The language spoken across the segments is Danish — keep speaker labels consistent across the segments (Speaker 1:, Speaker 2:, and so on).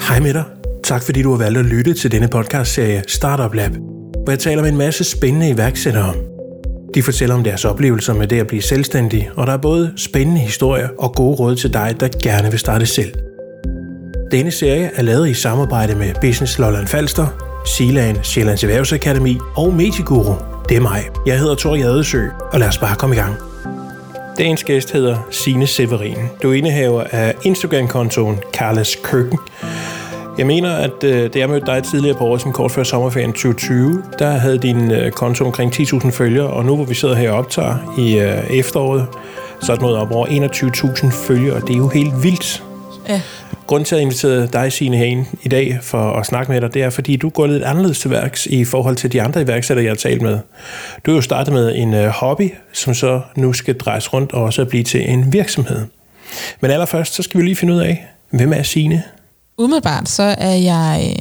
Speaker 1: Hej med dig. Tak fordi du har valgt at lytte til denne podcastserie Startup Lab, hvor jeg taler med en masse spændende iværksættere. De fortæller om deres oplevelser med det at blive selvstændig, og der er både spændende historier og gode råd til dig, der gerne vil starte selv. Denne serie er lavet i samarbejde med Business Lolland Falster, Silan Sjællands Erhvervsakademi og Mediguru. Det er mig. Jeg hedder Thor Jadesø, og lad os bare komme i gang. Dagens gæst hedder Signe Severin. Du er indehaver af Instagram-kontoen Karlas Køkken. Jeg mener, at da jeg mødte dig tidligere på året, som kort før sommerferien 2020, der havde din konto omkring 10.000 følgere, og nu hvor vi sidder her og optager i efteråret, så er det nået op over 21.000 følgere, og det er jo helt vildt. Ja. Grunden til at jeg inviterede dig, Signe, herinde i dag for at snakke med dig, det er, fordi du går lidt anderledes til værks i forhold til de andre iværksættere, jeg har talt med. Du er jo startet med en hobby, som så nu skal drejes rundt og også blive til en virksomhed. Men allerførst, så skal vi lige finde ud af, hvem er Signe?
Speaker 2: Umiddelbart så er jeg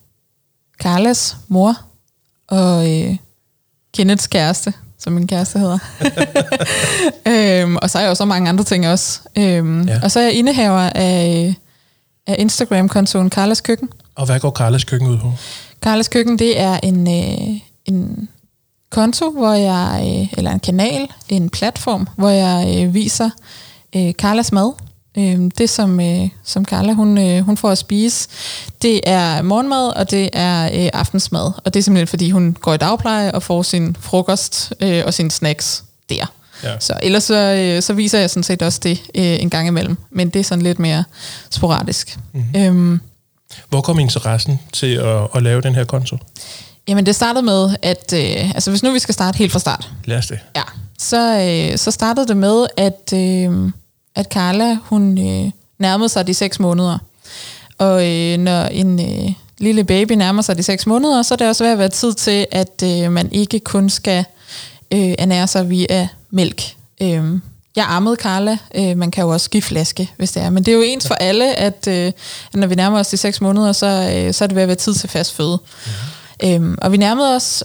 Speaker 2: Karlas mor og Kenneths kæreste, som min kæreste hedder. Og så er jeg også mange andre ting også. Og så er jeg indehaver af Instagram-kontoen Karlas Køkken.
Speaker 1: Og hvad går Karlas Køkken ud på?
Speaker 2: Karlas Køkken, det er en konto, hvor jeg, eller en kanal, en platform, hvor jeg viser Karlas mad. Det som Karla hun får at spise, det er morgenmad, og det er aftensmad. Og det er simpelthen fordi hun går i dagpleje og får sin frokost og sine snacks der. Ja. Så ellers så viser jeg sådan set også det en gang imellem, men det er sådan lidt mere sporadisk. Mm-hmm.
Speaker 1: Hvor kom interessen til at lave den her konto?
Speaker 2: Jamen det startede med, at altså hvis nu vi skal starte helt fra start.
Speaker 1: Lad os det.
Speaker 2: Ja, så startede det med, at Karla, hun nærmede sig de 6 måneder. Og når en lille baby nærmer sig de 6 måneder, så er det også ved at være tid til, at man ikke kun skal ernære sig via mælk. Jeg ammede Karla. Man kan jo også give flaske, hvis det er. Men det er jo ens for alle, at når vi nærmer os de 6 måneder, så er det ved at være tid til fast føde. Mm-hmm. Og vi nærmede os.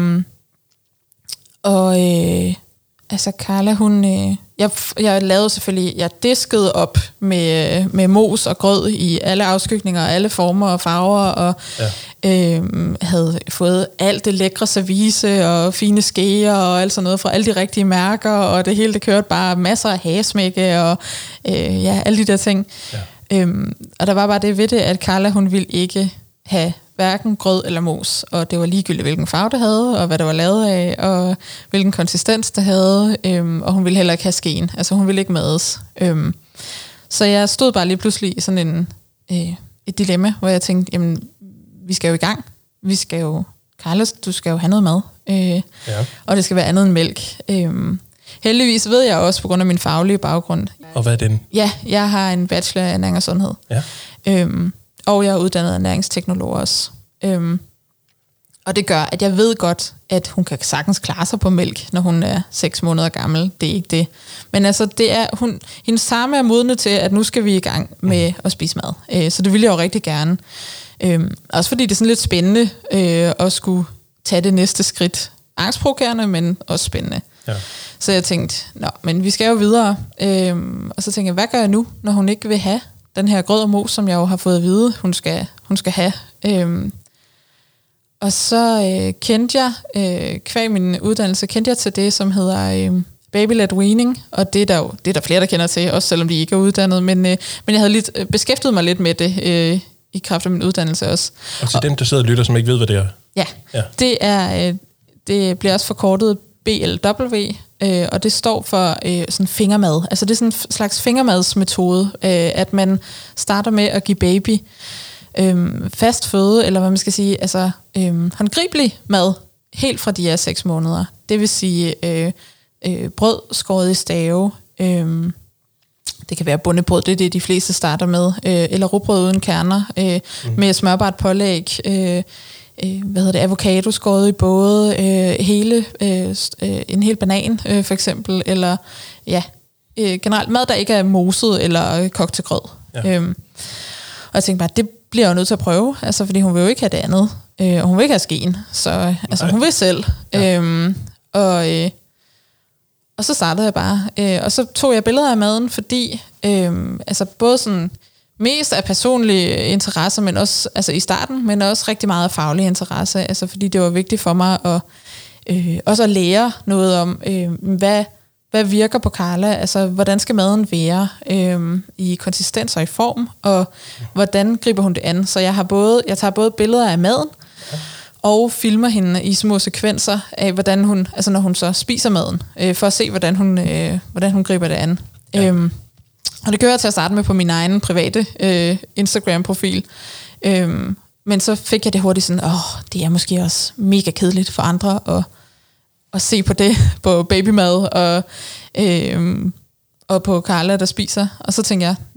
Speaker 2: Altså Karla, hun... Jeg lavede selvfølgelig, jeg diskede op med mos og grød i alle afskygninger, alle former og farver, og havde fået alt det lækre service og fine skeer og alt sådan noget fra alle de rigtige mærker, og det hele det kørte bare masser af hagesmække og alle de der ting. Ja. Og der var bare det ved det, at Karla, hun ville ikke have hverken grød eller mos, og det var ligegyldigt, hvilken farve det havde, og hvad det var lavet af, og hvilken konsistens det havde, og hun ville heller ikke have skeen, altså hun ville ikke mades. Så jeg stod bare lige pludselig i sådan et dilemma, hvor jeg tænkte, jamen, vi skal jo i gang, Karla, du skal jo have noget mad, og det skal være andet end mælk. Heldigvis ved jeg også, på grund af min faglige baggrund.
Speaker 1: Og hvad er den?
Speaker 2: Ja, jeg har en bachelor i ernæring og sundhed. Ja. Og jeg er uddannet ernæringsteknolog også. Og det gør, at jeg ved godt, at hun kan sagtens klare sig på mælk, når hun er 6 måneder gammel. Det er ikke det. Men altså, det er hendes tarme er modne til, at nu skal vi i gang med at spise mad. Så det vil jeg jo rigtig gerne. Også fordi det er sådan lidt spændende at skulle tage det næste skridt. Angstprovokerende, men også spændende. Ja. Så jeg tænkte, men vi skal jo videre. Og så tænkte jeg, hvad gør jeg nu, når hun ikke vil have den her grød og mos, som jeg jo har fået at vide, hun skal have. Og så kendte jeg, kvæg min uddannelse, til det, som hedder baby-led weaning, og det er der flere, der kender til, også selvom de ikke er uddannet, men jeg havde lidt beskæftiget mig lidt med det i kraft af min uddannelse også. Og
Speaker 1: til dem, der sidder og lytter, som ikke ved, hvad det er?
Speaker 2: Ja. Det bliver også forkortet BLW, og det står for sådan fingermad. Altså det er sådan en slags fingermadsmetode, at man starter med at give baby fast føde, eller hvad man skal sige, altså håndgribelig mad, helt fra de er 6 måneder. Det vil sige brød skåret i stave, det kan være bundebrød, det er det, de fleste starter med, eller rugbrød uden kerner, med smørbart pålæg, avocado skåret i både, en hel banan for eksempel, eller generelt mad, der ikke er moset eller kogt til grød. Ja. Og jeg tænkte bare, det bliver jo nødt til at prøve, altså, fordi hun vil jo ikke have det andet, og hun vil ikke have skeen, så altså, hun vil selv. Ja. Og så startede jeg bare, og så tog jeg billeder af maden, fordi altså både sådan mest af personlige interesser, men også altså i starten, men også rigtig meget af faglig interesse, altså fordi det var vigtigt for mig at også at lære noget om, hvad virker på Carla, altså hvordan skal maden være i konsistens og i form, og hvordan griber hun det an. Så jeg tager både billeder af maden, og filmer hende i små sekvenser af, hvordan hun, altså når hun så spiser maden, for at se, hvordan hun griber det an. Ja. Og det gør jeg til at starte med på min egen private Instagram-profil. Men så fik jeg det hurtigt sådan, det er måske også mega kedeligt for andre at se på det, på babymad og på Carla, der spiser. Og så tænkte jeg,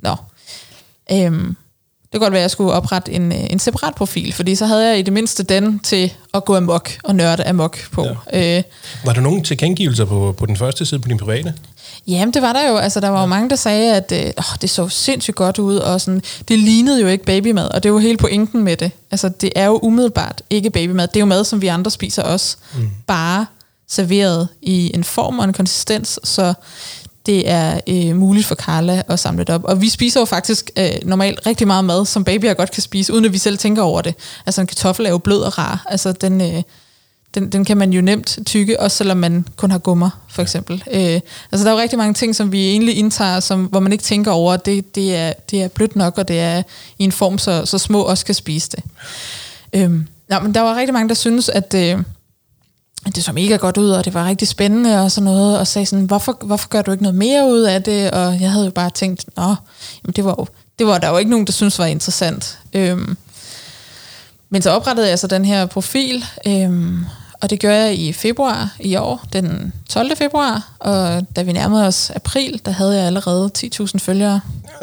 Speaker 2: det kunne godt være, at jeg skulle oprette en separat profil, fordi så havde jeg i det mindste den til at gå amok og nørde amok på. Ja.
Speaker 1: Var der nogen tilkendegivelser på den første side på din private?
Speaker 2: Jamen, det var der jo. Altså, der var jo mange, der sagde, at det så sindssygt godt ud, og sådan, det lignede jo ikke babymad, og det er jo hele pointen med det. Altså, det er jo umiddelbart ikke babymad. Det er jo mad, som vi andre spiser også, bare serveret i en form og en konsistens, så det er muligt for Carla at samle det op. Og vi spiser jo faktisk normalt rigtig meget mad, som babyer godt kan spise, uden at vi selv tænker over det. Altså en kartoffel er jo blød og rar. Altså den kan man jo nemt tygge, også selvom man kun har gummer, for eksempel. Altså der er jo rigtig mange ting, som vi egentlig indtager, hvor man ikke tænker over, at det er blødt nok, og det er i en form, så små også kan spise det. Men der var rigtig mange, der synes, at det så mega godt ud, og det var rigtig spændende og sådan noget, og sagde sådan, hvorfor gør du ikke noget mere ud af det? Og jeg havde jo bare tænkt, det var der jo ikke nogen, der synes var interessant. Men så oprettede jeg så den her profil, og det gør jeg i februar i år, den 12. februar, og da vi nærmede os april, der havde jeg allerede 10.000 følgere.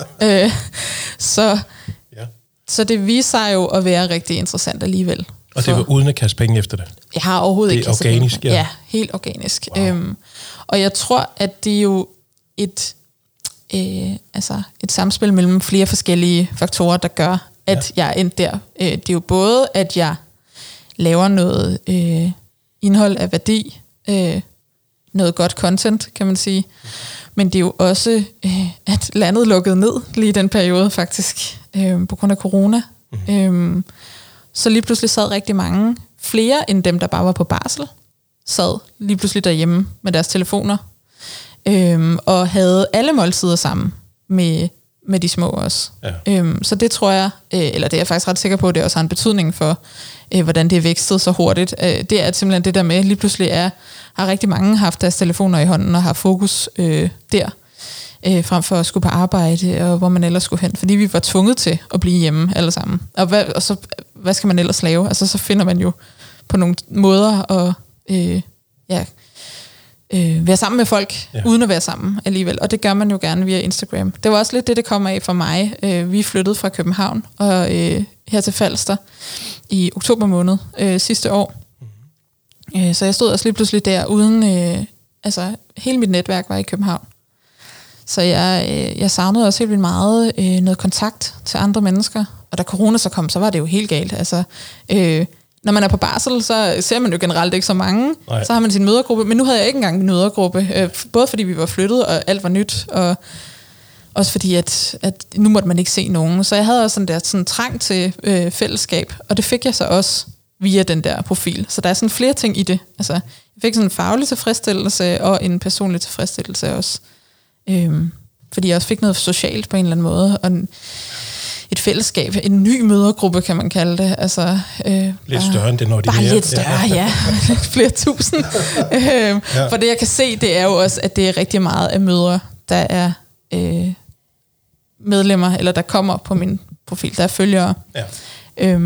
Speaker 2: Så det viste sig jo at være rigtig interessant alligevel.
Speaker 1: Og det var uden at kaste penge efter det?
Speaker 2: Jeg har overhovedet ikke kastet
Speaker 1: penge. Det er organisk,
Speaker 2: ja, helt organisk. Wow. Og jeg tror, at det er jo et samspil mellem flere forskellige faktorer, der gør, at jeg er endt der. Det er jo både, at jeg laver noget indhold af værdi, noget godt content, kan man sige. Men det er jo også, at landet lukkede ned lige i den periode faktisk, på grund af corona. Så lige pludselig sad rigtig mange, flere end dem, der bare var på barsel, sad lige pludselig derhjemme med deres telefoner, og havde alle måltider sammen med de små også. Ja. Så det tror jeg, eller det er jeg faktisk ret sikker på, at det også har en betydning for, hvordan det er vækstet så hurtigt. Det er simpelthen det der med, lige pludselig har rigtig mange haft deres telefoner i hånden og har fokus der, frem for at skulle på arbejde, og hvor man ellers skulle hen. Fordi vi var tvunget til at blive hjemme alle sammen. Og så, hvad skal man ellers lave? Altså, så finder man jo på nogle måder at være sammen med folk, uden at være sammen alligevel. Og det gør man jo gerne via Instagram. Det var også lidt det kom af for mig. Vi flyttede fra København og her til Falster i oktober måned sidste år. Så jeg stod også lige pludselig der uden... hele mit netværk var i København. Så jeg savnede også helt vildt meget noget kontakt til andre mennesker. Og da corona så kom, så var det jo helt galt. Altså, når man er på barsel, så ser man jo generelt ikke så mange. Nej. Så har man sin mødergruppe. Men nu havde jeg ikke engang en mødergruppe. Både fordi vi var flyttet, og alt var nyt. Og også fordi, at nu måtte man ikke se nogen. Så jeg havde også sådan trang til fællesskab. Og det fik jeg så også via den der profil. Så der er sådan flere ting i det. Altså, jeg fik sådan en faglig tilfredsstillelse, og en personlig tilfredsstillelse også. Fordi jeg også fik noget socialt på en eller anden måde, og et fællesskab, en ny mødergruppe, kan man kalde det. Altså,
Speaker 1: lidt større end det ordinære.
Speaker 2: Bare lidt større, ja. Flere tusind. For det jeg kan se, det er jo også, at det er rigtig meget af mødre, der er medlemmer, eller der kommer på min profil, der er følgere. Ja.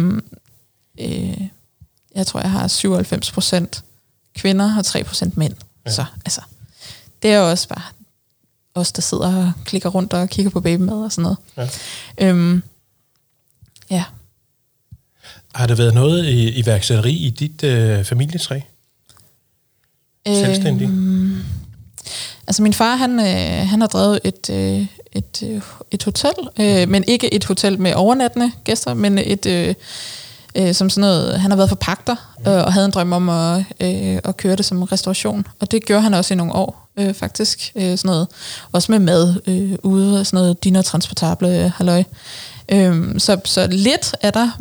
Speaker 2: Jeg tror, jeg har 97% kvinder og 3% mænd. Ja. Så altså, det er jo også bare os, der sidder og klikker rundt og kigger på babymad og sådan noget. Ja.
Speaker 1: Har der været noget iværksætteri i dit familietræ? Selvstændig?
Speaker 2: Altså min far, han har drevet et hotel, men ikke et hotel med overnattende gæster, men et som sådan noget, han har været forpagter og havde en drøm om at køre det som en restauration, og det gjorde han også i nogle år. faktisk. Sådan noget, også med mad ude og sådan noget dinner-transportable halløj. Så lidt er der,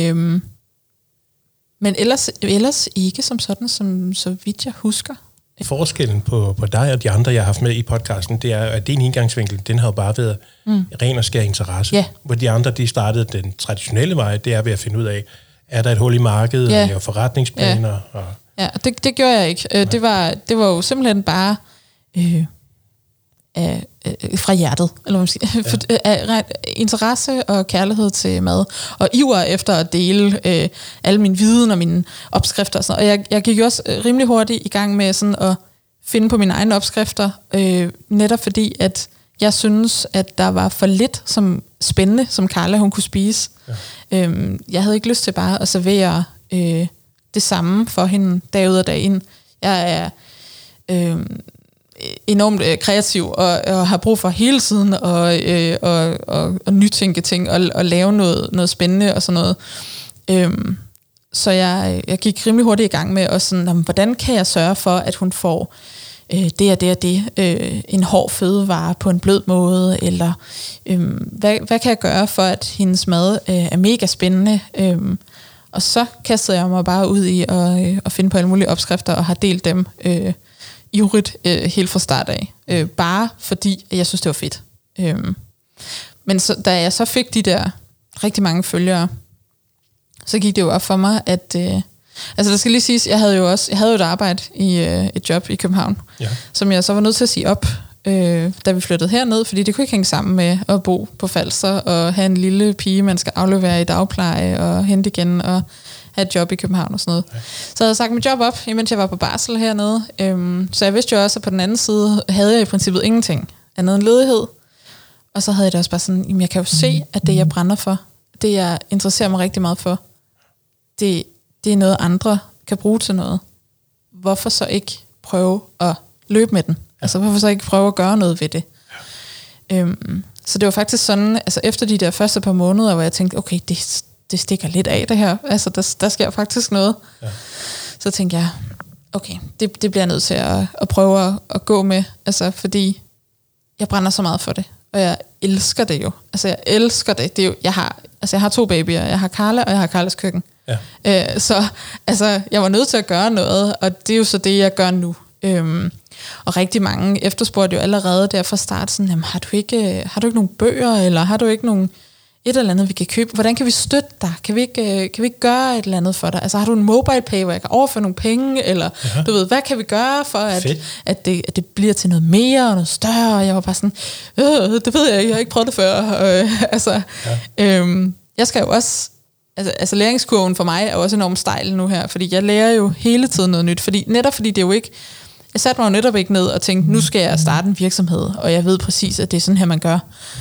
Speaker 2: men ellers ikke som sådan, som så vidt jeg husker.
Speaker 1: Forskellen på dig og de andre, jeg har haft med i podcasten, det er, at din indgangsvinkel, den har jo bare været ren og skær interesse.
Speaker 2: Yeah.
Speaker 1: Hvor de andre, de startede den traditionelle vej, det er ved at finde ud af, er der et hul i markedet, og lave forretningsplaner.
Speaker 2: Yeah.
Speaker 1: Og
Speaker 2: ja, det gjorde jeg ikke. Det var jo simpelthen bare fra hjertet, eller hvad man siger. Interesse og kærlighed til mad, og iver efter at dele alle mine viden og mine opskrifter og sådan. Og jeg gik jo også rimelig hurtigt i gang med sådan at finde på mine egne opskrifter, netop fordi, at jeg synes, at der var for lidt som spændende, som Carla hun kunne spise. Ja. Jeg havde ikke lyst til bare at servere det samme for hende dag ud og dag ind. Jeg er enormt kreativ og har brug for hele tiden og nytænke ting og lave noget spændende og sådan noget. Så jeg gik rimelig hurtigt i gang med at sådan, hvordan kan jeg sørge for, at hun får det og det og det, en hård fødevare på en blød måde, eller hvad kan jeg gøre for, at hendes mad er mega spændende. Og så kastede jeg mig bare ud i at finde på alle mulige opskrifter og har delt dem ivrigt helt fra start af. Bare fordi jeg synes, det var fedt. Men så, da jeg så fik de der rigtig mange følgere, så gik det jo op for mig, at altså der skal lige siges, jeg havde jo et arbejde i et job i København, som jeg så var nødt til at sige op, da vi flyttede herned, fordi det kunne ikke hænge sammen med at bo på Falster og have en lille pige, man skal aflevere i dagpleje og hente igen og have et job i København og sådan noget. Så jeg havde sagt mit job op, imens jeg var på barsel hernede. Så jeg vidste jo også, at på den anden side havde jeg i princippet ingenting andet end ledighed. Og så havde jeg det også bare sådan, jamen jeg kan jo se, at det jeg brænder for, det jeg interesserer mig rigtig meget for, det er noget andre kan bruge til noget. Hvorfor så ikke prøve at løbe med den? Altså hvorfor så ikke prøve at gøre noget ved det? Så det var faktisk sådan, altså efter de der første par måneder, hvor jeg tænkte, okay, det stikker lidt af det her. Altså der sker faktisk noget. Ja. Så tænkte jeg, okay, det bliver jeg nødt til at prøve at gå med, altså fordi jeg brænder så meget for det. Og jeg elsker det jo. Altså jeg elsker det. Det er jo, jeg har 2 babyer. Jeg har Carla, og jeg har Carlas køkken. Ja. Så altså, jeg var nødt til at gøre noget, og det er jo så det, jeg gør nu. Og rigtig mange efterspurgte jo allerede der fra start sådan, jamen, har du ikke nogen bøger, eller har du ikke nogen et eller andet, vi kan købe? Hvordan kan vi støtte dig? Kan vi ikke gøre et eller andet for dig? Altså har du en mobile pay, hvor jeg kan overføre nogle penge, eller du ved, hvad kan vi gøre for, at det bliver til noget mere og noget større? Og jeg var bare sådan, det ved jeg ikke, jeg har ikke prøvet det før. Jeg skal jo også, altså læringskurven for mig er også enormt stejl nu her, fordi jeg lærer jo hele tiden noget nyt, fordi det er jo ikke, jeg satte mig jo netop ikke ned og tænkte, nu skal jeg starte en virksomhed, og jeg ved præcis, at det er sådan her, man gør.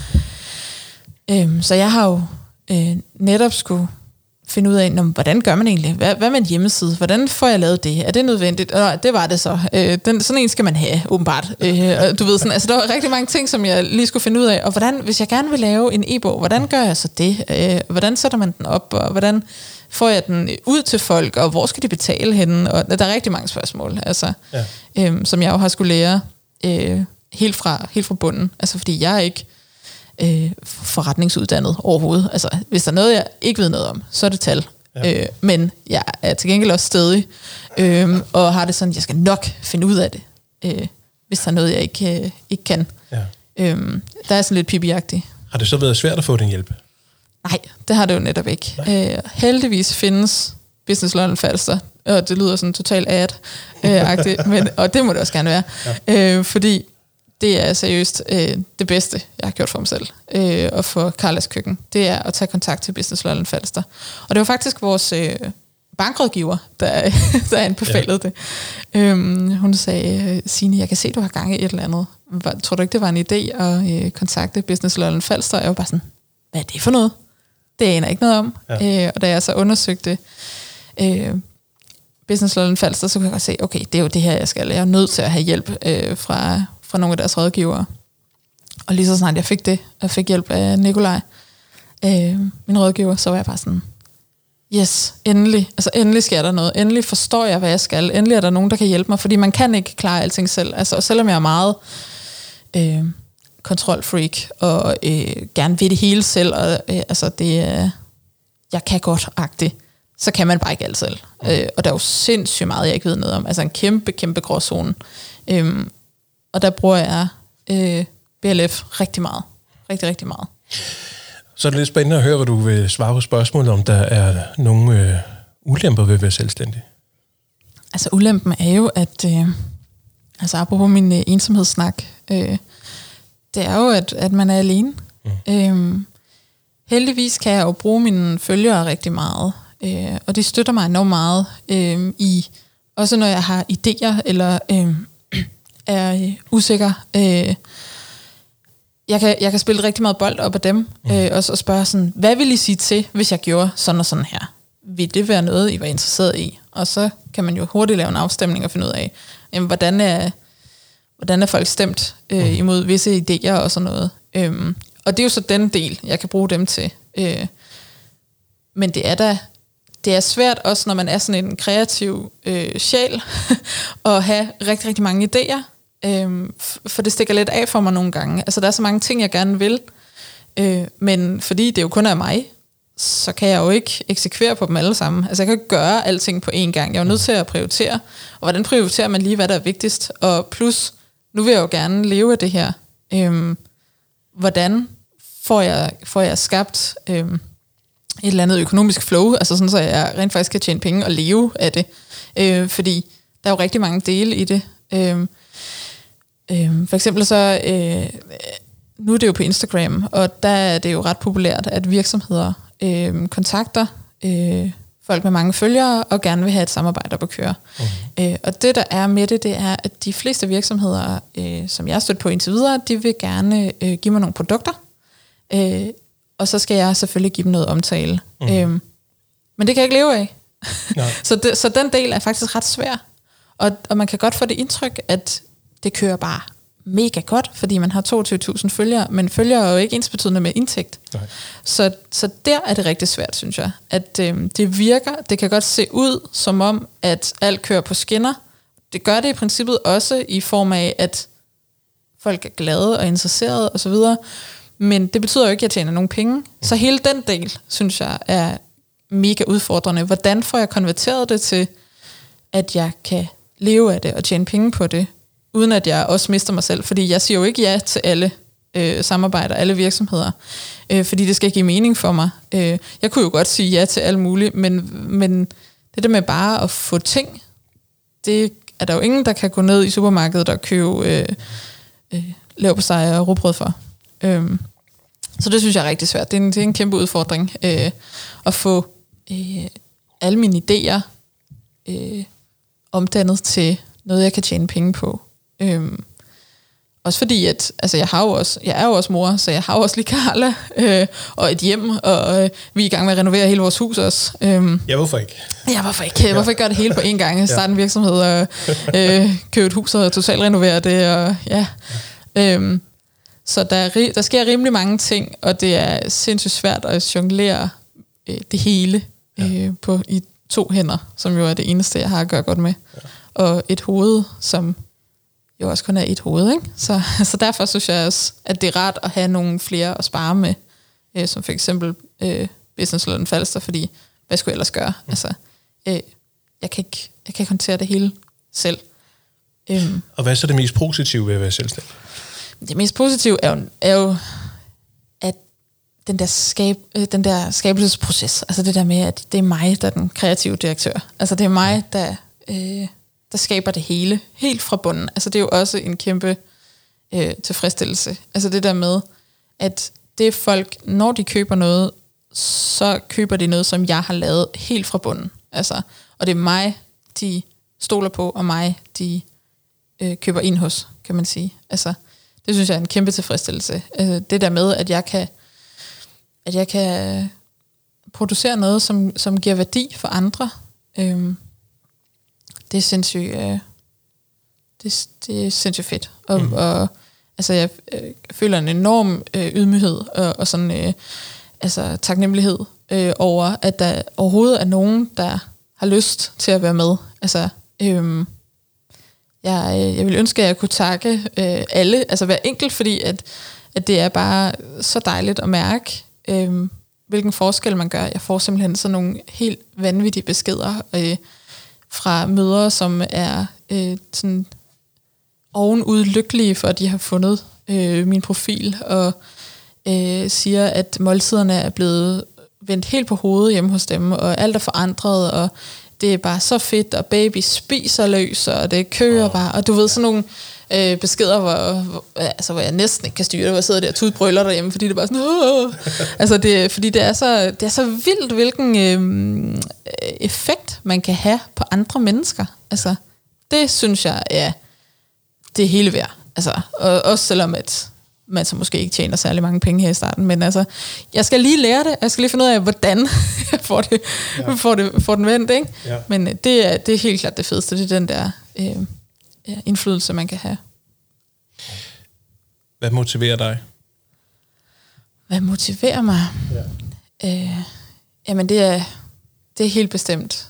Speaker 2: Så jeg har jo netop skulle finde ud af, hvordan gør man egentlig? Hvad med en hjemmeside? Hvordan får jeg lavet det? Er det nødvendigt? Og det var det så. Sådan en skal man have, åbenbart. Du ved sådan, altså der var rigtig mange ting, som jeg lige skulle finde ud af. Og hvordan, hvis jeg gerne vil lave en e-bog, hvordan gør jeg så det? Hvordan sætter man den op? Og hvordan får jeg den ud til folk? Og hvor skal de betale henne? Og der er rigtig mange spørgsmål, altså, som jeg jo har skulle lære helt fra bunden. Altså fordi jeg er ikke forretningsuddannet overhovedet. Altså, hvis der er noget, jeg ikke ved noget om, så er det tal. Ja. Men jeg er til gengæld også stædig, og har det sådan, jeg skal nok finde ud af det, hvis der er noget, jeg ikke kan. Ja. Der er sådan lidt pipiagtigt.
Speaker 1: Har det så været svært at få den hjælp?
Speaker 2: Nej, det har det jo netop ikke. Heldigvis findes Business London Falster, og det lyder sådan totalt ad-agtigt, men, og det må det også gerne være. Ja. Fordi det er seriøst det bedste, jeg har gjort for mig selv, og for Carlas køkken. Det er at tage kontakt til Business London Falster. Og det var faktisk vores bankrådgiver, der anbefalede det. Hun sagde, Signe, jeg kan se, du har gang i et eller andet. Tror du ikke, det var en idé at kontakte Business London Falster? Og jeg var bare sådan, hvad er det for noget? Det aner jeg ikke noget om. Ja. Og da jeg så undersøgte Business London Falster, så kunne jeg godt se, okay, det er jo det her, jeg skal. Jeg er nødt til at have hjælp fra nogle af deres rådgivere. Og lige så snart jeg fik hjælp af Nikolaj, min rådgiver, så var jeg bare sådan, yes, endelig. Altså endelig sker der noget. Endelig forstår jeg, hvad jeg skal. Endelig er der nogen, der kan hjælpe mig, fordi man kan ikke klare alting selv. Altså selvom jeg er meget kontrolfreak og gerne vil det hele selv, og altså det jeg kan godt-agtigt, så kan man bare ikke alt selv. Og der er jo sindssygt meget, jeg ikke ved noget om. Altså en kæmpe, kæmpe gråzone. Og der bruger jeg BLF rigtig meget. Rigtig, rigtig meget.
Speaker 1: Så er det lidt spændende at høre, hvad du vil svare på spørgsmålet, om der er nogle ulemper ved at være selvstændig.
Speaker 2: Altså ulempen er jo, at altså apropos min ensomhedssnak, det er jo, at man er alene. Heldigvis kan jeg jo bruge mine følgere rigtig meget, og de støtter mig enormt meget i, også når jeg har idéer, eller er usikker. Jeg kan spille rigtig meget bold op af dem, og spørge sådan, hvad vil I sige til, hvis jeg gjorde sådan og sådan her? Vil det være noget, I var interesseret i? Og så kan man jo hurtigt lave en afstemning og finde ud af, jamen, hvordan er folk stemt imod visse idéer og sådan noget. Og det er jo så den del, jeg kan bruge dem til. Men det er svært også, når man er sådan en kreativ sjæl, at have rigtig, rigtig mange idéer. For det stikker lidt af for mig nogle gange. Altså der er så mange ting, jeg gerne vil, men fordi det jo kun er mig, så kan jeg jo ikke eksekvere på dem alle sammen. Altså jeg kan ikke gøre alting på én gang. Jeg er jo nødt til at prioritere. Og hvordan prioriterer man lige, hvad der er vigtigst? Og plus, nu vil jeg jo gerne leve af det her. Hvordan får jeg skabt et eller andet økonomisk flow, altså sådan, så jeg rent faktisk kan tjene penge og leve af det. Fordi der er jo rigtig mange dele i det. For eksempel så, nu er det jo på Instagram, og der er det jo ret populært, at virksomheder kontakter folk med mange følgere, og gerne vil have et samarbejde op at køre. Og det der er med det er, at de fleste virksomheder, som jeg har stødt på indtil videre, de vil gerne give mig nogle produkter, og så skal jeg selvfølgelig give dem noget omtale. Men det kan jeg ikke leve af. Så den del er faktisk ret svær. Og man kan godt få det indtryk, at det kører bare mega godt, fordi man har 22.000 følgere, men følgere er jo ikke ensbetydende med indtægt. Så der er det rigtig svært, synes jeg. At det virker, det kan godt se ud som om, at alt kører på skinner. Det gør det i princippet også i form af, at folk er glade og interesserede osv., men det betyder jo ikke, at jeg tjener nogen penge. Så hele den del, synes jeg, er mega udfordrende. Hvordan får jeg konverteret det til, at jeg kan leve af det og tjene penge på det, uden at jeg også mister mig selv? Fordi jeg siger jo ikke ja til alle samarbejder, alle virksomheder, fordi det skal give mening for mig. Jeg kunne jo godt sige ja til alt muligt, men det der med bare at få ting, det er der jo ingen, der kan gå ned i supermarkedet og købe leverpostej og rugbrød for. Så det synes jeg er rigtig svært. Det er en kæmpe udfordring at få alle mine idéer omdannet til noget, jeg kan tjene penge på. Også fordi, at altså jeg er jo også mor, så jeg har jo også lige Carla og et hjem, og vi er i gang med at renovere hele vores hus også.
Speaker 1: Ja, hvorfor ikke?
Speaker 2: Ja, hvorfor ikke? Hvorfor ikke gøre det hele på én gang? Starte en virksomhed og købe et hus og totalt renovere det. Og, ja. Så der sker rimelig mange ting, og det er sindssygt svært at jonglere det hele i 2 hænder, som jo er det eneste, jeg har at gøre godt med. Og et hoved, som jo også kun er et hoved, ikke? Så derfor synes jeg også, at det er rart at have nogle flere at spare med, som for eksempel Business London Falster, fordi hvad skulle jeg ellers gøre? Altså, jeg kan ikke håndtere det hele selv.
Speaker 1: Og hvad er så det mest positive ved at være selvstændig?
Speaker 2: Det mest positive er jo at den der skabelsesproces, altså det der med, at det er mig, der er den kreative direktør. Altså det er mig, der skaber det hele, helt fra bunden. Altså det er jo også en kæmpe tilfredsstillelse. Altså det der med, at det er folk, når de køber noget, så køber de noget, som jeg har lavet helt fra bunden. Altså, og det er mig, de stoler på, og mig, de køber ind hos, kan man sige. Altså, det synes jeg er en kæmpe tilfredsstillelse. Det der med, at jeg kan producere noget, som giver værdi for andre. Det er sindssygt, det er sindssygt fedt. Og altså jeg føler en enorm ydmyghed og sådan altså taknemmelighed over, at der overhovedet er nogen, der har lyst til at være med. Altså, jeg vil ønske, at jeg kunne takke alle, altså hver enkelt, fordi at det er bare så dejligt at mærke, hvilken forskel man gør. Jeg får simpelthen sådan nogle helt vanvittige beskeder fra mødre, som er sådan ovenud lykkelige for, at de har fundet min profil, og siger, at måltiderne er blevet vendt helt på hovedet hjemme hos dem, og alt er forandret, og det er bare så fedt, og baby spiser løs, og det kører bare, og du ved sådan nogle beskeder, hvor jeg næsten ikke kan styre det, hvor jeg sidder der og tudbrøller derhjemme, fordi det er bare sådan, altså fordi det er så vildt, hvilken effekt man kan have på andre mennesker. Altså, det synes jeg det er hele værd. Altså, og også selvom at man så måske ikke tjener særlig mange penge her i starten, men altså, jeg skal lige lære det, jeg skal lige finde ud af, hvordan jeg får den vendt, ikke? Ja. Men det er helt klart det fedeste, det er den der indflydelse, man kan have.
Speaker 1: Hvad motiverer dig?
Speaker 2: Hvad motiverer mig? Ja. Jamen, det er helt bestemt.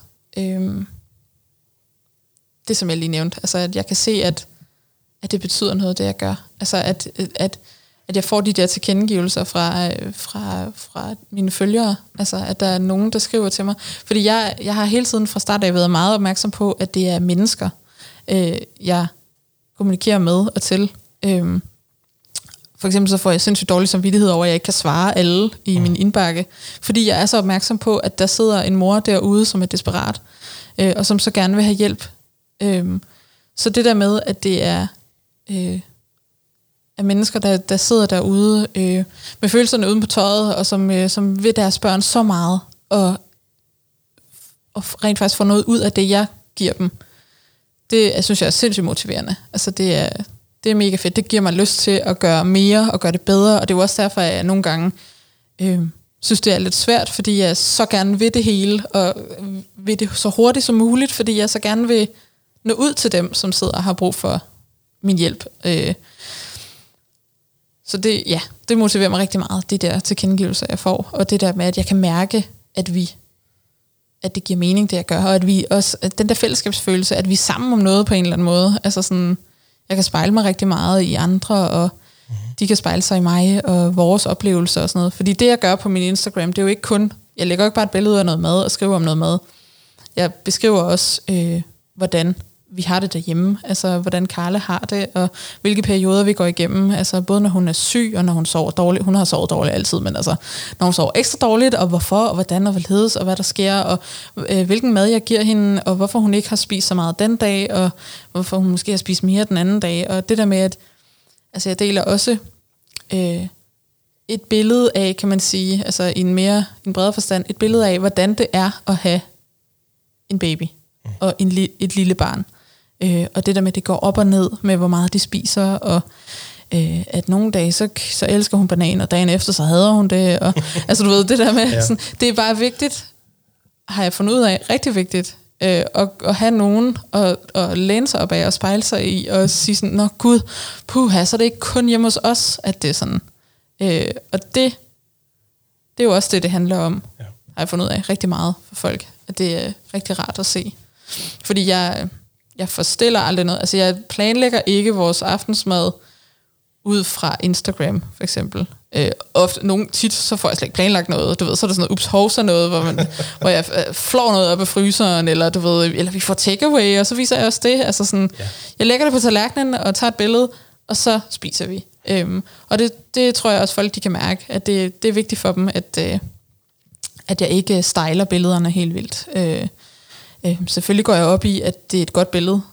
Speaker 2: Det, som jeg lige nævnte, altså, at jeg kan se, at det betyder noget, det jeg gør. Altså, at jeg får de der tilkendegivelser fra mine følgere. Altså, at der er nogen, der skriver til mig. Fordi jeg har hele tiden fra start af været meget opmærksom på, at det er mennesker, jeg kommunikerer med og til. For eksempel så får jeg sindssygt dårlig samvittighed over, at jeg ikke kan svare alle i min indbakke. Fordi jeg er så opmærksom på, at der sidder en mor derude, som er desperat, og som så gerne vil have hjælp. Så det der med, at det er mennesker, der sidder derude med følelserne uden på tøjet, og som vil deres børn så meget, og rent faktisk får noget ud af det, jeg giver dem, det jeg synes jeg er sindssygt motiverende. Altså det er mega fedt. Det giver mig lyst til at gøre mere og gøre det bedre, og det er jo også derfor, at jeg nogle gange synes, det er lidt svært, fordi jeg så gerne vil det hele, og vil det så hurtigt som muligt, fordi jeg så gerne vil nå ud til dem, som sidder og har brug for min hjælp. Så det motiverer mig rigtig meget, de der tilkendegivelser, jeg får, og det der med, at jeg kan mærke, at det giver mening, det jeg gør, og at vi også, at den der fællesskabsfølelse, at vi er sammen om noget på en eller anden måde, altså sådan, jeg kan spejle mig rigtig meget i andre, og de kan spejle sig i mig, og vores oplevelser og sådan noget, fordi det jeg gør på min Instagram, det er jo ikke kun, jeg lægger ikke bare et billede af noget mad, og skriver om noget mad, jeg beskriver også, hvordan vi har det derhjemme, altså hvordan Carla har det, og hvilke perioder vi går igennem, altså både når hun er syg, og når hun sover dårligt. Hun har sovet dårligt altid, men altså når hun sover ekstra dårligt, og hvorfor, og hvordan, og hvorledes, og hvad der sker, og hvilken mad jeg giver hende, og hvorfor hun ikke har spist så meget den dag, og hvorfor hun måske har spist mere den anden dag, og det der med, at altså jeg deler også et billede af, kan man sige, altså i en bredere forstand, et billede af, hvordan det er at have en baby, og et lille barn. Og det der med, at det går op og ned med, hvor meget de spiser, og at nogle dage, så elsker hun banan, og dagen efter, så hader hun det. Og, altså du ved, det der med, sådan, det er bare vigtigt, har jeg fundet ud af, rigtig vigtigt, at have nogen at læne sig op af, og spejle sig i, og sige sådan, nå gud, puha, så er det ikke kun hjemme hos os, at det er sådan. Og det er jo også det handler om, har jeg fundet ud af, rigtig meget for folk, at det er rigtig rart at se. Fordi jeg forstiller aldrig noget. Altså, jeg planlægger ikke vores aftensmad ud fra Instagram, for eksempel. Tit så får jeg slet ikke planlagt noget. Du ved, så er der sådan noget ups-hovsa noget, hvor jeg flår noget op af fryseren, eller vi får takeaway, og så viser jeg også det. Altså sådan, jeg lægger det på tallerkenen og tager et billede, og så spiser vi. Og det tror jeg også folk, de kan mærke, at det er vigtigt for dem, at jeg ikke styler billederne helt vildt. Selvfølgelig går jeg op i, at det er et godt billede,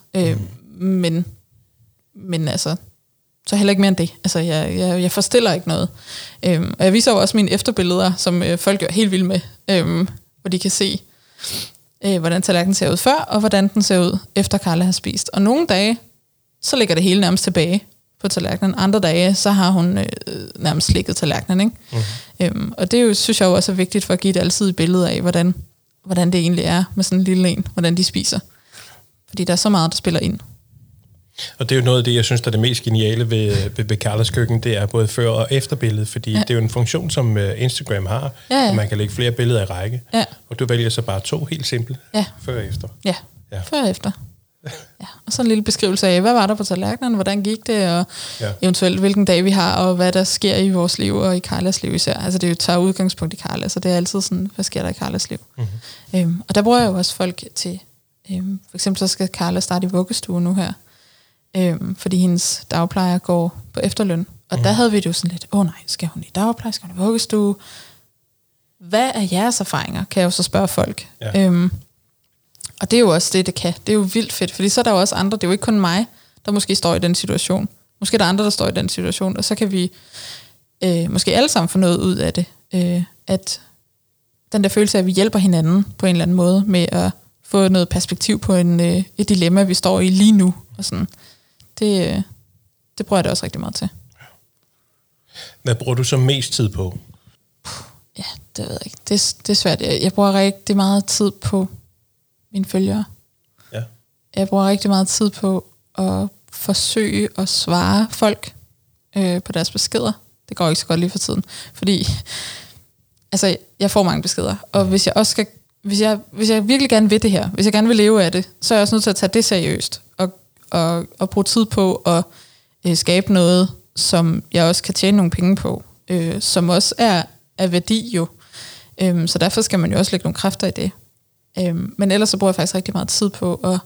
Speaker 2: men altså, så heller ikke mere end det. Altså, jeg forstiller ikke noget. Og jeg viser jo også mine efterbilleder, som folk er helt vilde med, hvor de kan se, hvordan tallerkenen ser ud før, og hvordan den ser ud, efter Carla har spist. Og nogle dage, så ligger det hele nærmest tilbage på tallerkenen. Andre dage, så har hun nærmest slikket tallerkenen, ikke? Og det er jo, synes jeg jo også er vigtigt for at give et alsidigt billede af, hvordan det egentlig er med sådan en lille en, hvordan de spiser. Fordi der er så meget, der spiller ind.
Speaker 1: Og det er jo noget af det, jeg synes, der er det mest geniale ved Karlas køkken, det er både før- og efterbilledet, fordi det er jo en funktion, som Instagram har, og man kan lægge flere billeder i række, og du vælger så bare 2 helt simple, før og efter.
Speaker 2: Ja, før og efter. Ja. Og så en lille beskrivelse af, hvad var der på tallerkenen, hvordan gik det, og eventuelt hvilken dag vi har, og hvad der sker i vores liv, og i Karlas liv især. Altså det tager udgangspunkt i Karla, så det er altid sådan, hvad sker der i Karlas liv. Mm-hmm. Og der bruger jeg jo også folk til, for eksempel så skal Karla starte i vuggestue nu her, fordi hendes dagplejer går på efterløn. Og der havde vi det jo sådan lidt, nej, skal hun i dagpleje, skal hun i vuggestue? Hvad er jeres erfaringer, kan jeg jo så spørge folk. Ja. Og det er jo også det kan. Det er jo vildt fedt, fordi så er der jo også andre, det er jo ikke kun mig, der måske står i den situation. Måske er der andre, der står i den situation, og så kan vi måske alle sammen få noget ud af det. At den der følelse af, at vi hjælper hinanden på en eller anden måde med at få noget perspektiv på et dilemma, vi står i lige nu. Og sådan. Det bruger jeg det også rigtig meget til.
Speaker 1: Hvad bruger du så mest tid på?
Speaker 2: Ja, det ved jeg ikke. Det er svært. Jeg bruger rigtig meget tid på mine følgere. Ja. Jeg bruger rigtig meget tid på at forsøge at svare folk på deres beskeder. Det går ikke så godt lige for tiden. Fordi altså, jeg får mange beskeder. Og hvis jeg også skal, hvis jeg virkelig gerne vil det her, hvis jeg gerne vil leve af det, så er jeg også nødt til at tage det seriøst. Og bruge tid på at skabe noget, som jeg også kan tjene nogle penge på. Som også er af værdi jo. Så derfor skal man jo også lægge nogle kræfter i det. Men ellers så bruger jeg faktisk rigtig meget tid på at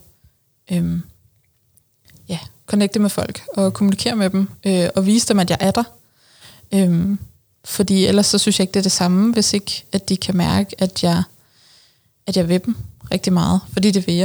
Speaker 2: connecte med folk og kommunikere med dem og vise dem, at jeg er der. Fordi ellers så synes jeg ikke, det er det samme, hvis ikke at de kan mærke, at jeg vil dem rigtig meget. Fordi det vil jeg.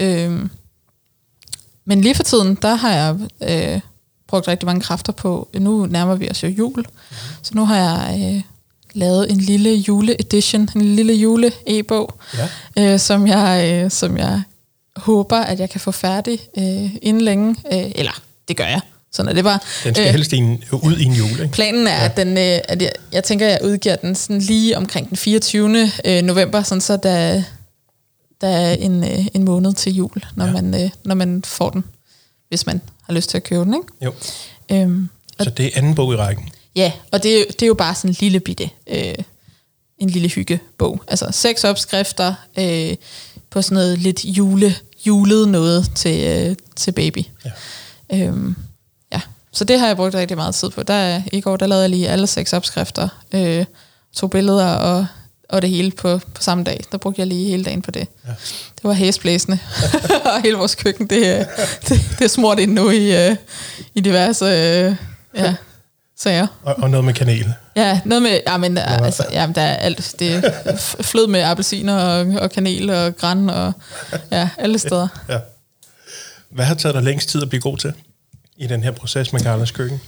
Speaker 2: Men lige for tiden, der har jeg brugt rigtig mange kræfter på. Nu nærmer vi os jo jul. Så nu har jeg lavet en lille jule-edition, en lille jule-e-bog, som jeg håber, at jeg kan få færdig inden længe. Eller, det gør jeg. Sådan er det bare.
Speaker 1: Den skal helst ud i en jul, ikke?
Speaker 2: Planen er, at jeg tænker, at jeg udgiver den sådan lige omkring den 24. november, sådan så der er en måned til jul, når man får den, hvis man har lyst til at købe den, ikke? Jo.
Speaker 1: Så det er anden bog i rækken?
Speaker 2: Ja, og det er jo bare sådan en lille bitte, en lille hyggebog. Altså 6 opskrifter på sådan noget lidt julet noget til baby. Ja. Så det har jeg brugt rigtig meget tid på. I går der lavede jeg lige alle 6 opskrifter, 2 billeder og det hele på samme dag. Der brugte jeg lige hele dagen på det. Ja. Det var hæsblæsende. Og hele vores køkken, det er smurt ind nu i diverse sager.
Speaker 1: Og noget med kanel.
Speaker 2: Ja, noget med, der er alt. Det er flød med appelsiner og kanel og gran og alle steder. Ja.
Speaker 1: Hvad har taget dig længst tid at blive god til i den her proces med Karlas køkken?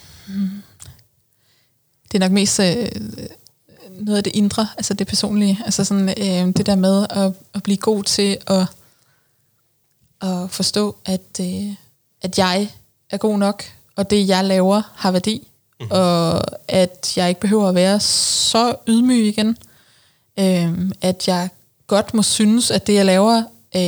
Speaker 2: Det er nok mest noget af det indre, altså det personlige. Altså sådan det der med at blive god til at forstå, at jeg er god nok, og det jeg laver har værdi. Og at jeg ikke behøver at være så ydmyg igen. At jeg godt må synes, at det jeg laver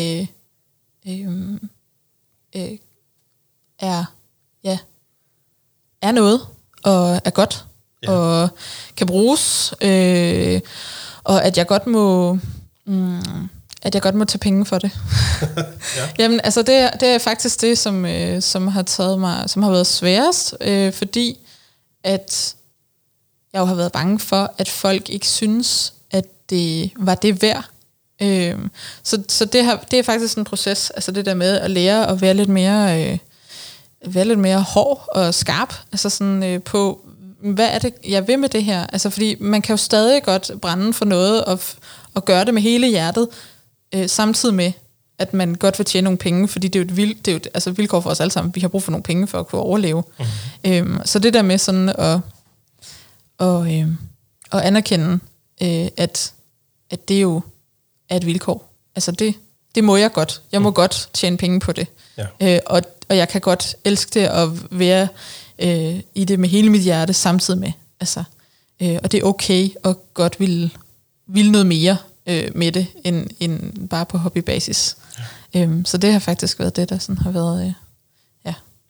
Speaker 2: er noget, og er godt, og kan bruges, og at jeg godt må tage penge for det. Jamen, altså det er faktisk det, som har taget mig, som har været sværest, fordi at jeg jo har været bange for, at folk ikke synes, at det var det værd. Så det er faktisk en proces, altså det der med at lære at være lidt mere hård og skarp, altså sådan på, hvad er det, jeg vil med det her? Altså fordi man kan jo stadig godt brænde for noget og gøre det med hele hjertet, samtidig med, at man godt vil tjene nogle penge, fordi det er jo et vilkår for os alle sammen. Vi har brug for nogle penge for at kunne overleve. Så det der med sådan at anerkende, at det jo er et vilkår. Altså det må jeg godt. Jeg må godt tjene penge på det. Ja. Og jeg kan godt elske det at være i det med hele mit hjerte samtidig med. Altså, og det er okay at godt ville noget mere med det, end bare på hobbybasis. Ja. Så det har faktisk været det, der sådan har været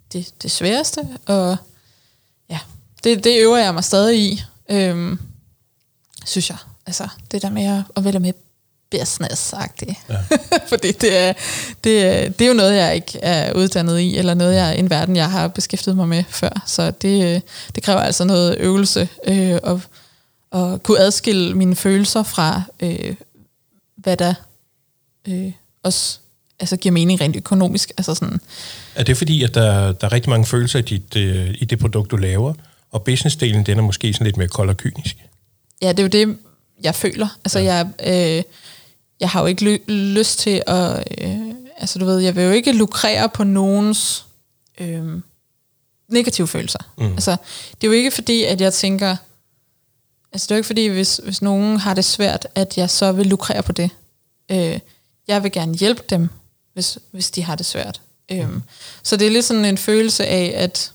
Speaker 2: det sværeste, og ja, det øver jeg mig stadig i, synes jeg. Altså, det der med at vælge med business-agtigt. Ja. Fordi det er jo noget, jeg ikke er uddannet i, eller noget, en verden, jeg har beskæftiget mig med før. Så det kræver altså noget øvelse, at kunne adskille mine følelser fra, hvad der også altså giver mening rent økonomisk. Altså sådan.
Speaker 1: Er det fordi, at der er rigtig mange følelser i det produkt, du laver, og businessdelen, den er måske sådan lidt mere kold og kynisk? Ja,
Speaker 2: det er jo det, jeg føler. Altså, jeg har jo ikke lyst til at... altså, du ved, jeg vil jo ikke lukrere på nogens negative følelser. Altså, det er jo ikke fordi, at jeg tænker... Altså, det er jo ikke fordi, hvis nogen har det svært, at jeg så vil lukrere på det. Jeg vil gerne hjælpe dem, hvis de har det svært. Så det er lidt sådan en følelse af, at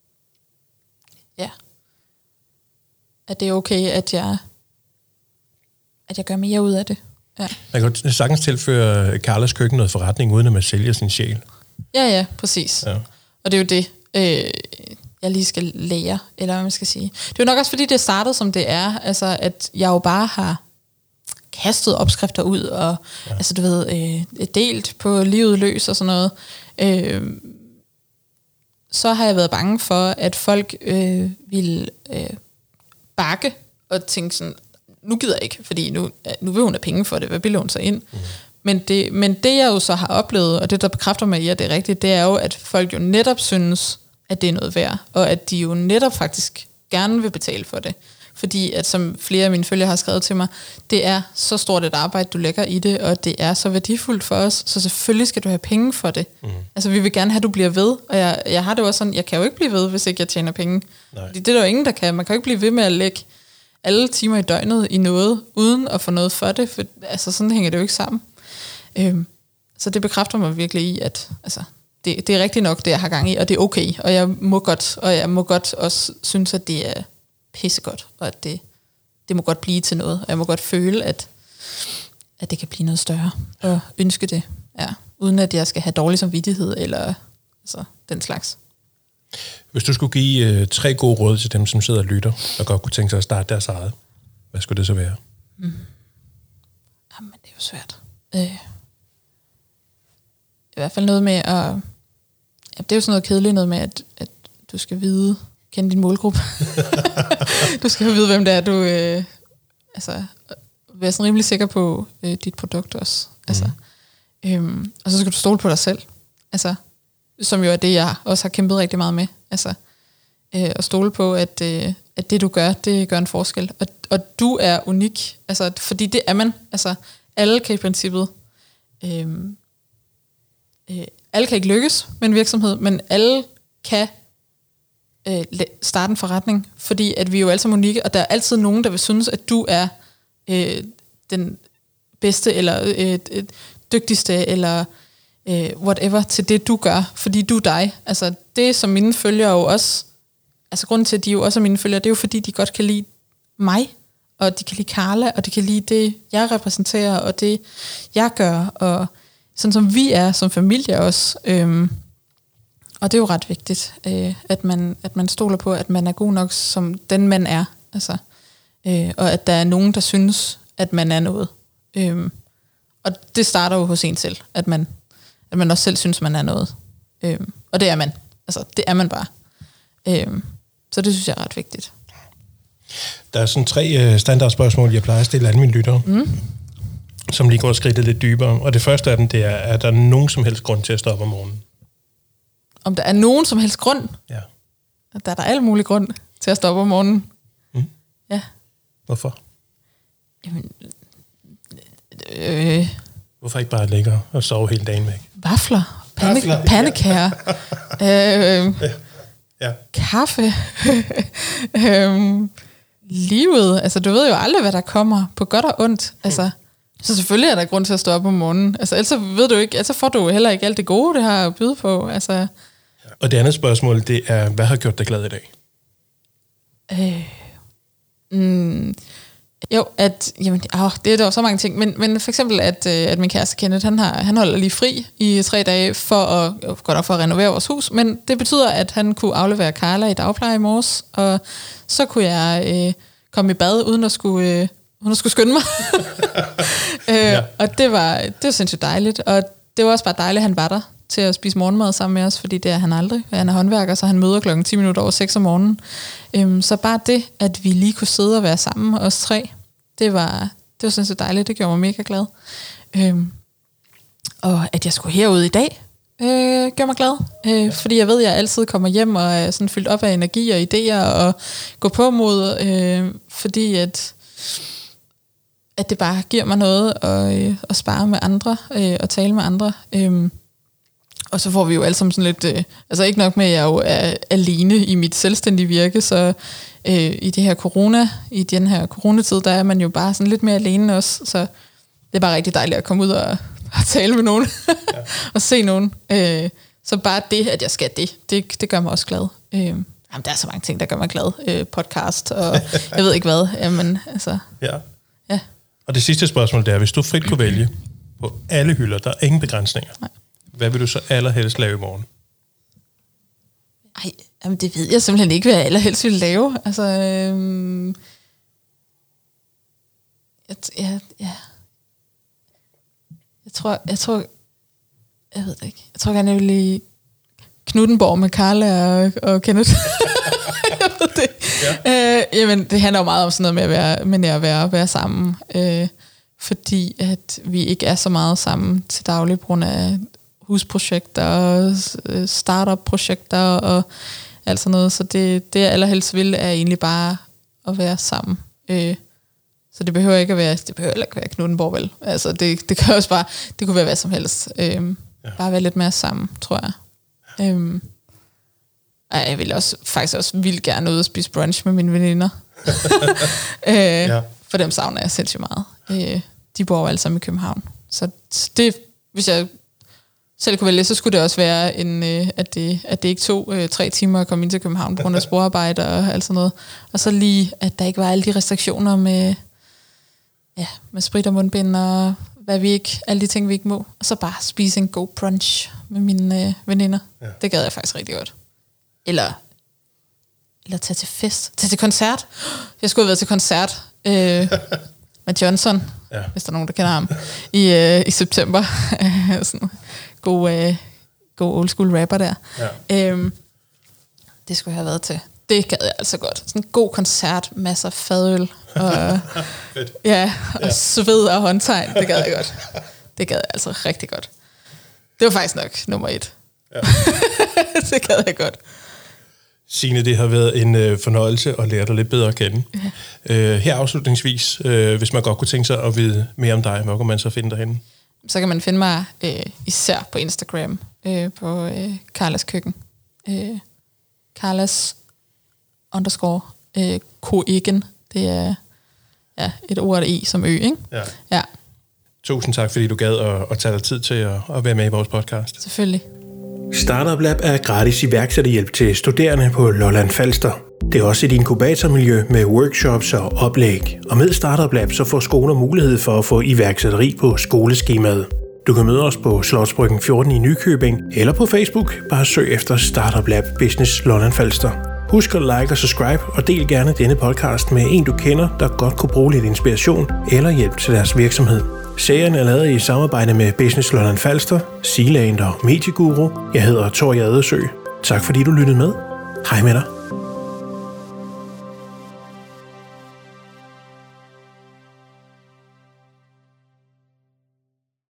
Speaker 2: det er okay, at jeg gør mere ud af det. Ja.
Speaker 1: Man kan sagtens tilføre Carlas køkken noget forretning, uden at man sælger sin sjæl.
Speaker 2: Ja, præcis. Ja. Og det er jo det, jeg lige skal lære, eller hvad man skal sige. Det er jo nok også, fordi det startede, som det er, altså at jeg jo bare har kastet opskrifter ud, og altså du ved, delt på livet løs og sådan noget. Så har jeg været bange for, at folk ville bakke og tænke sådan, nu gider jeg ikke, fordi nu vil hun have penge for det, hvad bilder hun sig ind? Men det jeg jo så har oplevet, og det der bekræfter mig i, at det er rigtigt, det er jo, at folk jo netop synes, at det er noget værd, og at de jo netop faktisk gerne vil betale for det. Fordi at som flere af mine følgere har skrevet til mig, det er så stort et arbejde, du lægger i det, og det er så værdifuldt for os, så selvfølgelig skal du have penge for det. Altså vi vil gerne have, at du bliver ved, og jeg har det også sådan, jeg kan jo ikke blive ved, hvis ikke jeg tjener penge. Fordi det er der jo ingen, der kan. Man kan jo ikke blive ved med at lægge alle timer i døgnet i noget, uden at få noget for det, for altså sådan hænger det jo ikke sammen. Så det bekræfter mig virkelig i, at altså, det er rigtigt nok, det jeg har gang i, og det er okay, og jeg må godt også synes, at det er pissegodt, og at det må godt blive til noget, og jeg må godt føle, at det kan blive noget større, og ønske det, uden at jeg skal have dårlig samvittighed, eller altså, den slags.
Speaker 1: Hvis du skulle give 3 gode råd til dem, som sidder og lytter, og godt kunne tænke sig at starte deres eget, hvad skulle det så være?
Speaker 2: Jamen, det er jo svært. I hvert fald noget med at... det er jo sådan noget kedeligt, noget med, at du skal kende din målgruppe. Du skal vide, hvem det er, du... være sådan rimelig sikker på dit produkt også. Altså, og så skal du stole på dig selv. Altså, som jo er det, jeg også har kæmpet rigtig meget med. Altså, at stole på, at det du gør, det gør en forskel. Og du er unik. Altså, fordi det er man. Altså, alle kan i princippet... alle kan ikke lykkes med en virksomhed, men alle kan starte en forretning, fordi at vi er jo alle sammen unikke, og der er altid nogen, der vil synes, at du er den bedste, eller dygtigste, eller whatever, til det du gør, fordi du er dig. Altså det, som mine følgere jo også, altså grunden til, at de jo også er mine følgere, det er jo fordi, de godt kan lide mig, og de kan lide Carla, og de kan lide det, jeg repræsenterer, og det, jeg gør, og sådan som vi er som familie også. Og det er jo ret vigtigt, at man stoler på, at man er god nok som den man er. Altså, og at der er nogen, der synes, at man er noget. Og det starter jo hos en selv, at man også selv synes, man er noget. Og det er man. Altså, det er man bare. Så det synes jeg er ret vigtigt.
Speaker 1: Der er sådan 3 standardspørgsmål, jeg plejer at stille alle mine lyttere, som lige går skridtet lidt dybere. Og det første af dem, det er der nogen som helst grund til at stå op om morgenen?
Speaker 2: Om der er nogen som helst grund?
Speaker 1: Ja.
Speaker 2: Der er der alle mulige grund til at stå op om morgenen. Ja.
Speaker 1: Hvorfor?
Speaker 2: Jamen,
Speaker 1: hvorfor ikke bare ligge og sove hele dagen væk?
Speaker 2: Vafler. Pandekager. Kaffe. Livet. Altså, du ved jo aldrig, hvad der kommer på godt og ondt. Altså, så selvfølgelig er der grund til at stå op om morgenen. Altså, ellers ved du ikke, altså får du heller ikke alt det gode, det har at byde på. Altså.
Speaker 1: Og det andet spørgsmål, det er, hvad har gjort dig glad i dag?
Speaker 2: Jo, det er der så mange ting, men for eksempel, at min kæreste Kenneth, han holder lige fri i 3 dage for at renovere vores hus, men det betyder, at han kunne aflevere Carla i dagpleje i morges, og så kunne jeg komme i bad, uden at skulle skynde mig. Og det var sindssygt dejligt, og det var også bare dejligt, at han var der til at spise morgenmad sammen med os, fordi det er han aldrig. Han er håndværker, så han møder klokken 10 minutter over 6 om morgenen. Så bare det, at vi lige kunne sidde og være sammen, os 3, det var sindssygt dejligt. Det gjorde mig mega glad. Og at jeg skulle herud i dag, gjorde mig glad. Fordi jeg ved, at jeg altid kommer hjem og er sådan fyldt op af energi og idéer og går på mod, fordi at det bare giver mig noget at spare med andre og tale med andre. Og så får vi jo alle sammen sådan lidt, altså ikke nok med, at jeg jo er alene i mit selvstændige virke, så i den her coronatid, der er man jo bare sådan lidt mere alene også, så det er bare rigtig dejligt at komme ud og tale med nogen, og se nogen. Så bare det, at jeg skal det gør mig også glad. Jamen, der er så mange ting, der gør mig glad. Podcast, og jeg ved ikke hvad. Jamen, altså. Ja.
Speaker 1: Og det sidste spørgsmål, det er, hvis du frit kunne vælge på alle hylder, der er ingen begrænsninger. Nej. Hvad vil du så allerhelst lave i morgen?
Speaker 2: Jamen det ved jeg simpelthen ikke, hvad jeg allerhelst vil lave. Altså, jeg ved det ikke. Jeg tror gerne, jeg vil i Knuthenborg med Carla og Kenneth. Jeg ved det. Ja. Jamen, det handler jo meget om sådan noget med at være sammen. Fordi at vi ikke er så meget sammen til daglig på grund af husprojekter og startup-projekter og alt sådan noget. Så det jeg allerhelst vil, er egentlig bare at være sammen. Så det behøver ikke at være Knuthenborg, vel? Altså det kan også bare, det kunne være hvad som helst. Bare være lidt mere sammen, tror jeg. Jeg vil faktisk også vildt gerne ud og spise brunch med mine veninder. For dem savner jeg sindssygt meget. De bor jo alle sammen i København. Så det, hvis jeg selv kunne vælge, så skulle det også være, at det ikke tog 3 timer at komme ind til København på grund af sporarbejde og alt sådan noget. Og så lige, at der ikke var alle de restriktioner med sprit og mundbind og alle de ting, vi ikke må. Og så bare spise en god brunch med mine veninder. Ja. Det gad jeg faktisk rigtig godt. Eller tage til fest. Tage til koncert. Jeg skulle have været til koncert med Johnson, hvis der er nogen, der kender ham, i september. Sådan god old school rapper der. Ja. Det skulle jeg have været til. Det gad jeg altså godt. Sådan en god koncert, masser af fadøl, og, og sved og håndtegn. Det gad jeg godt. Det gad jeg altså rigtig godt. Det var faktisk nok nummer 1. Ja. Det gad jeg godt.
Speaker 1: Signe, det har været en fornøjelse at lære dig lidt bedre at kende. Ja. Her afslutningsvis, hvis man godt kunne tænke sig at vide mere om dig, hvor kan man så finde dig henne?
Speaker 2: Så kan man finde mig især på Instagram, på Carlas køkken. Carlas _ koegen. Det er et ord af i som ø, ikke? Ja.
Speaker 1: Tusind tak, fordi du gad at tage dig tid til at være med i vores podcast.
Speaker 2: Selvfølgelig.
Speaker 1: Startup Lab er gratis iværksætterhjælp til studerende på Lolland Falster. Det er også et inkubatormiljø med workshops og oplæg. Og med Startup Lab så får skoler mulighed for at få iværksætteri på skoleskemaet. Du kan møde os på Slotsbryggen 14 i Nykøbing, eller på Facebook. Bare søg efter Startup Lab Business Lolland Falster. Husk at like og subscribe, og del gerne denne podcast med en, du kender, der godt kunne bruge lidt inspiration eller hjælp til deres virksomhed. Serien er lavet i samarbejde med Business Lolland Falster, Sealand og Medieguru. Jeg hedder Torje Adesø. Tak fordi du lyttede med. Hej med dig.